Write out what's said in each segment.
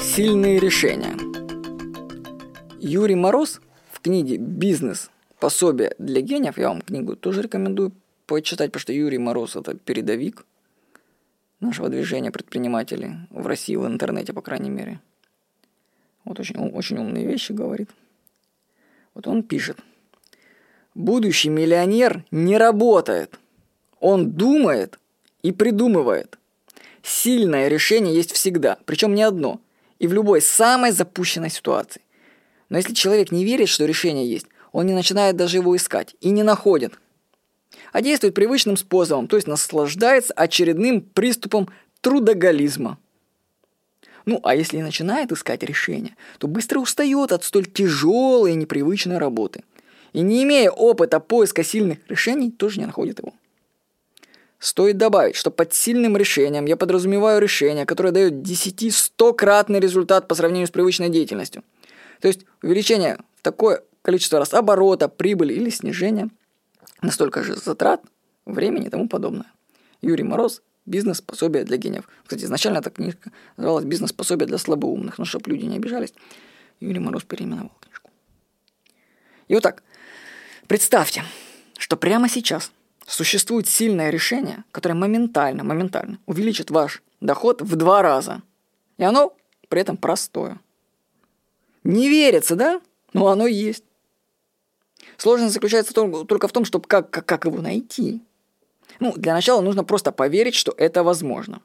Сильные решения. Юрий Мороз в книге «Бизнес. Пособие для гениев», я вам книгу тоже рекомендую почитать, потому что Юрий Мороз – это передовик нашего движения предпринимателей в России, в интернете, по крайней мере. Вот очень умные вещи говорит. Вот он пишет. Будущий миллионер не работает. Он думает и придумывает. Сильное решение есть всегда, причем не одно, и в любой самой запущенной ситуации. Но если человек не верит, что решение есть, он не начинает даже его искать и не находит, а действует привычным способом, то есть наслаждается очередным приступом трудоголизма. Ну, а если и начинает искать решение, то быстро устает от столь тяжелой и непривычной работы. И не имея опыта поиска сильных решений, тоже не находит его. Стоит добавить, что под сильным решением я подразумеваю решение, которое дает 10-100-кратный результат по сравнению с привычной деятельностью. То есть увеличение в такое количество раз оборота, прибыли или снижение, настолько же затрат, времени и тому подобное. Юрий Мороз. «Бизнес. Пособие для гениев». Кстати, изначально эта книжка называлась «Бизнес. Пособие для слабоумных», но чтобы люди не обижались, Юрий Мороз переименовал книжку. И вот так. Представьте, что прямо сейчас существует сильное решение, которое моментально увеличит ваш доход в 2 раза. И оно при этом простое. Не верится, да? Но оно есть. Сложность заключается только в том, чтобы как его найти. Для начала нужно просто поверить, что это возможно.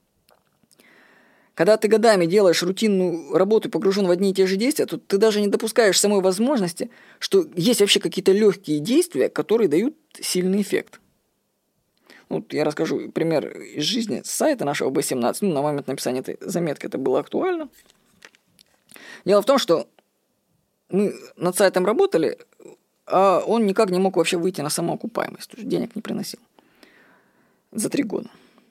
Когда ты годами делаешь рутинную работу и погружен в одни и те же действия, то ты даже не допускаешь самой возможности, что есть вообще какие-то легкие действия, которые дают сильный эффект. Я расскажу пример из жизни с сайта нашего B17. На момент написания этой заметки это было актуально. Дело в том, что мы над сайтом работали, а он никак не мог вообще выйти на самоокупаемость, то есть денег не приносил за 3 года.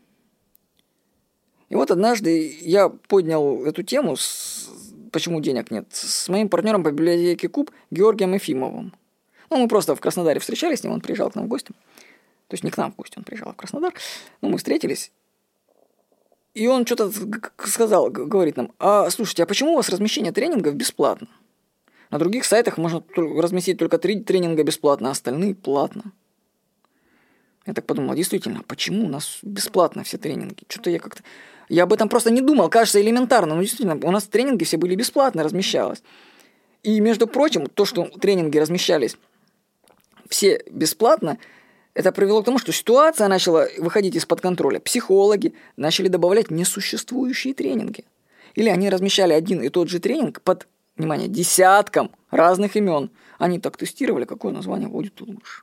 И вот однажды я поднял эту тему, почему денег нет, с моим партнером по библиотеке Куб Георгием Ефимовым. Мы просто в Краснодаре встречались с ним, он приезжал к нам в гости. То есть не к нам в гости, он приезжал в Краснодар. Мы встретились. И он что-то сказал, говорит нам: слушайте, а почему у вас размещение тренингов бесплатно? На других сайтах можно разместить только 3 тренинга бесплатно, а остальные платно. Я так подумал, действительно, почему у нас бесплатно все тренинги? Что-то я об этом просто не думал, кажется элементарно, но действительно, у нас тренинги все были бесплатно, размещалось. И, между прочим, то, что тренинги размещались все бесплатно, это привело к тому, что ситуация начала выходить из-под контроля. Психологи начали добавлять несуществующие тренинги. Или они размещали один и тот же тренинг под, внимание, десятком разных имен. Они так тестировали, какое название будет лучше.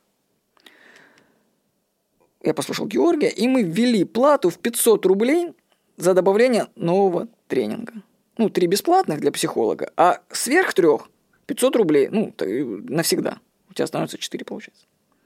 Я послушал Георгия, и мы ввели плату в 500 рублей за добавление нового тренинга. 3 бесплатных для психолога, а сверх 3 500 рублей, навсегда. У тебя становится 4, получается.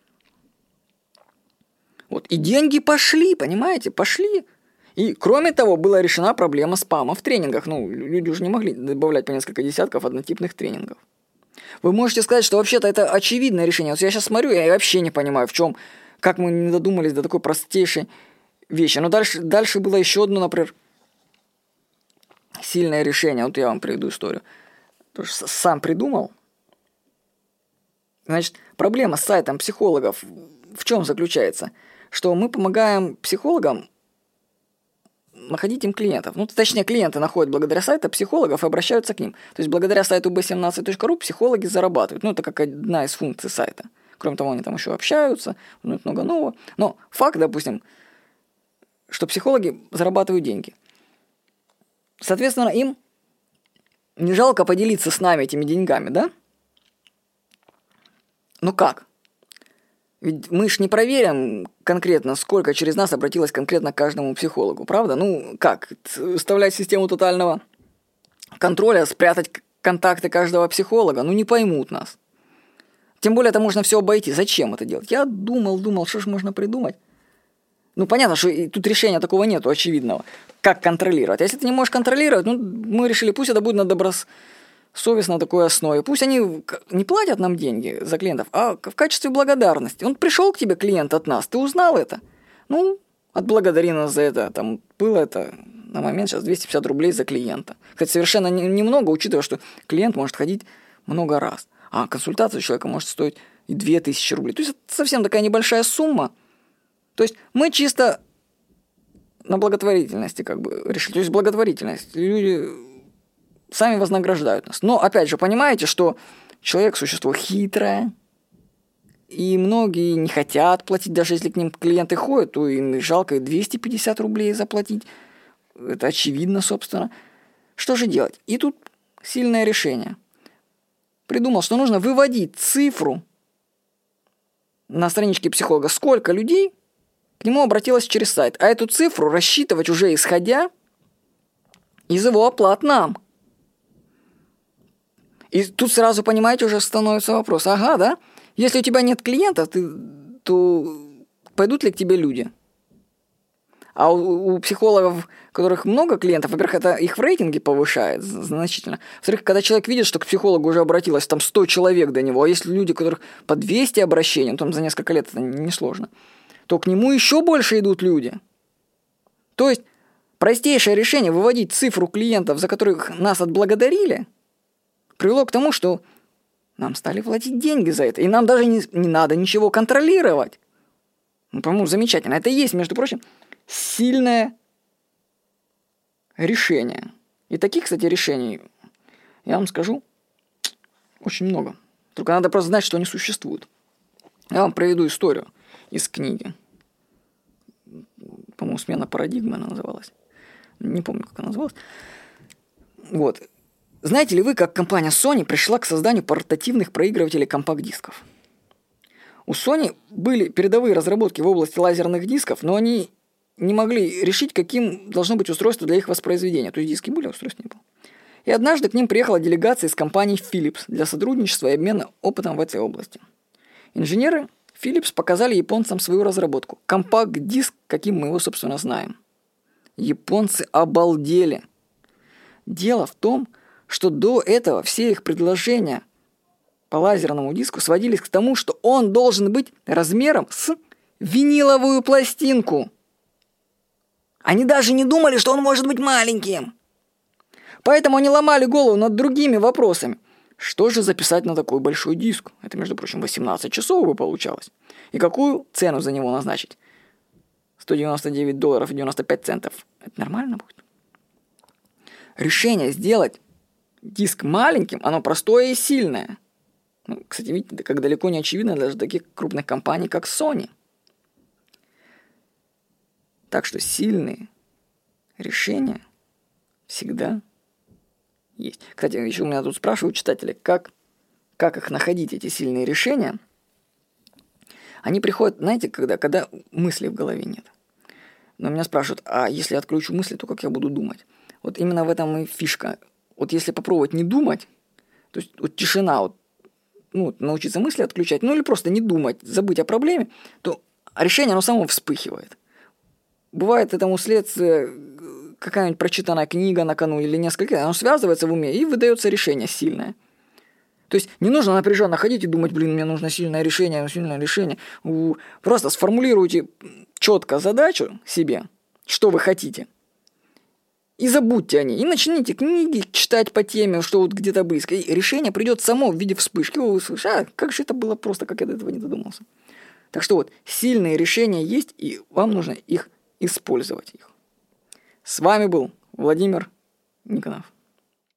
И деньги пошли, понимаете, пошли. И, кроме того, была решена проблема спама в тренингах. Люди уже не могли добавлять по несколько десятков однотипных тренингов. Вы можете сказать, что вообще-то это очевидное решение. Я сейчас смотрю, я вообще не понимаю, как мы не додумались до такой простейшей вещи. Но дальше было еще одно, например, сильное решение. Я вам приведу историю. Потому что сам придумал. Значит, проблема с сайтом психологов в чем заключается? Что мы помогаем психологам находить им клиентов. Точнее, клиенты находят благодаря сайту психологов и обращаются к ним. То есть, благодаря сайту b17.ru психологи зарабатывают. Это как одна из функций сайта. Кроме того, они там еще общаются, много нового. Но факт, допустим, что психологи зарабатывают деньги. Соответственно, им не жалко поделиться с нами этими деньгами, да? Как? Ведь мы ж не проверим конкретно, сколько через нас обратилось конкретно к каждому психологу, правда? Как? Вставлять систему тотального контроля, спрятать контакты каждого психолога? Не поймут нас. Тем более это можно все обойти. Зачем это делать? Я думал, что же можно придумать. Понятно, что тут решения такого нету, очевидного. Как контролировать? А если ты не можешь контролировать, мы решили, пусть это будет на добросовестной такой основе. Пусть они не платят нам деньги за клиентов, а в качестве благодарности. Он пришел к тебе, клиент, от нас, ты узнал это. Отблагодари нас за это. Было это на момент сейчас 250 рублей за клиента. Кстати, совершенно немного, учитывая, что клиент может ходить много раз. А консультация у человека может стоить и 2000 рублей. То есть это совсем такая небольшая сумма. То есть мы чисто на благотворительности решили. То есть благотворительность. Люди сами вознаграждают нас. Но, опять же, понимаете, что человек – существо хитрое, и многие не хотят платить, даже если к ним клиенты ходят, то им жалко и 250 рублей заплатить. Это очевидно, собственно. Что же делать? И тут сильное решение. Придумал, что нужно выводить цифру на страничке психолога, сколько людей к нему обратилось через сайт, а эту цифру рассчитывать уже исходя из его оплат нам. И тут сразу, понимаете, уже становится вопрос. Ага, да? Если у тебя нет клиентов, то пойдут ли к тебе люди? А у психологов, у которых много клиентов, во-первых, это их в рейтинге повышает значительно. Во-вторых, когда человек видит, что к психологу уже обратилось там 100 человек до него, а если люди, у которых по 200 обращений, ну, там за несколько лет это несложно, то к нему еще больше идут люди. То есть простейшее решение выводить цифру клиентов, за которых нас отблагодарили, привело к тому, что нам стали платить деньги за это. И нам даже не надо ничего контролировать. Ну, по-моему, замечательно. Это и есть, между прочим, сильное решение. И таких, кстати, решений, я вам скажу, очень много. Только надо просто знать, что они существуют. Я вам приведу историю из книги. По-моему, «Смена парадигмы» она называлась. Не помню, как она называлась. Вот. Знаете ли вы, как компания Sony пришла к созданию портативных проигрывателей компакт-дисков? У Sony были передовые разработки в области лазерных дисков, но они не могли решить, каким должно быть устройство для их воспроизведения. То есть диски были, а устройств не было. И однажды к ним приехала делегация из компании Philips для сотрудничества и обмена опытом в этой области. Инженеры Philips показали японцам свою разработку. Компакт-диск, каким мы его, собственно, знаем. Японцы обалдели. Дело в том, что до этого все их предложения по лазерному диску сводились к тому, что он должен быть размером с виниловую пластинку. Они даже не думали, что он может быть маленьким. Поэтому они ломали голову над другими вопросами. Что же записать на такой большой диск? Это, между прочим, 18 часов бы получалось. И какую цену за него назначить? $199 и 95 центов. Это нормально будет? Решение сделать диск маленьким, оно простое и сильное. Ну, кстати, видите, как далеко не очевидно даже таких крупных компаний, как Sony. Так что сильные решения всегда есть. Кстати, еще у меня тут спрашивают читатели, как их находить, эти сильные решения. Они приходят, знаете, когда мыслей в голове нет. Но меня спрашивают, а если я отключу мысли, то как я буду думать? Вот именно в этом и фишка. Вот если попробовать не думать, то есть вот тишина, научиться мысли отключать, или просто не думать, забыть о проблеме, то решение, оно само вспыхивает. Бывает этому следствие какая-нибудь прочитанная книга накануне или несколько, оно связывается в уме и выдается решение сильное. То есть не нужно напряженно ходить и думать, мне нужно сильное решение. Просто сформулируйте четко задачу себе, что вы хотите, и забудьте о ней. И начните книги читать по теме, что вот где-то близко. И решение придет само в виде вспышки. Вы услышите, как же это было просто, как я до этого не додумался. Так что вот, сильные решения есть, и вам нужно их использовать. С вами был Владимир Никонов.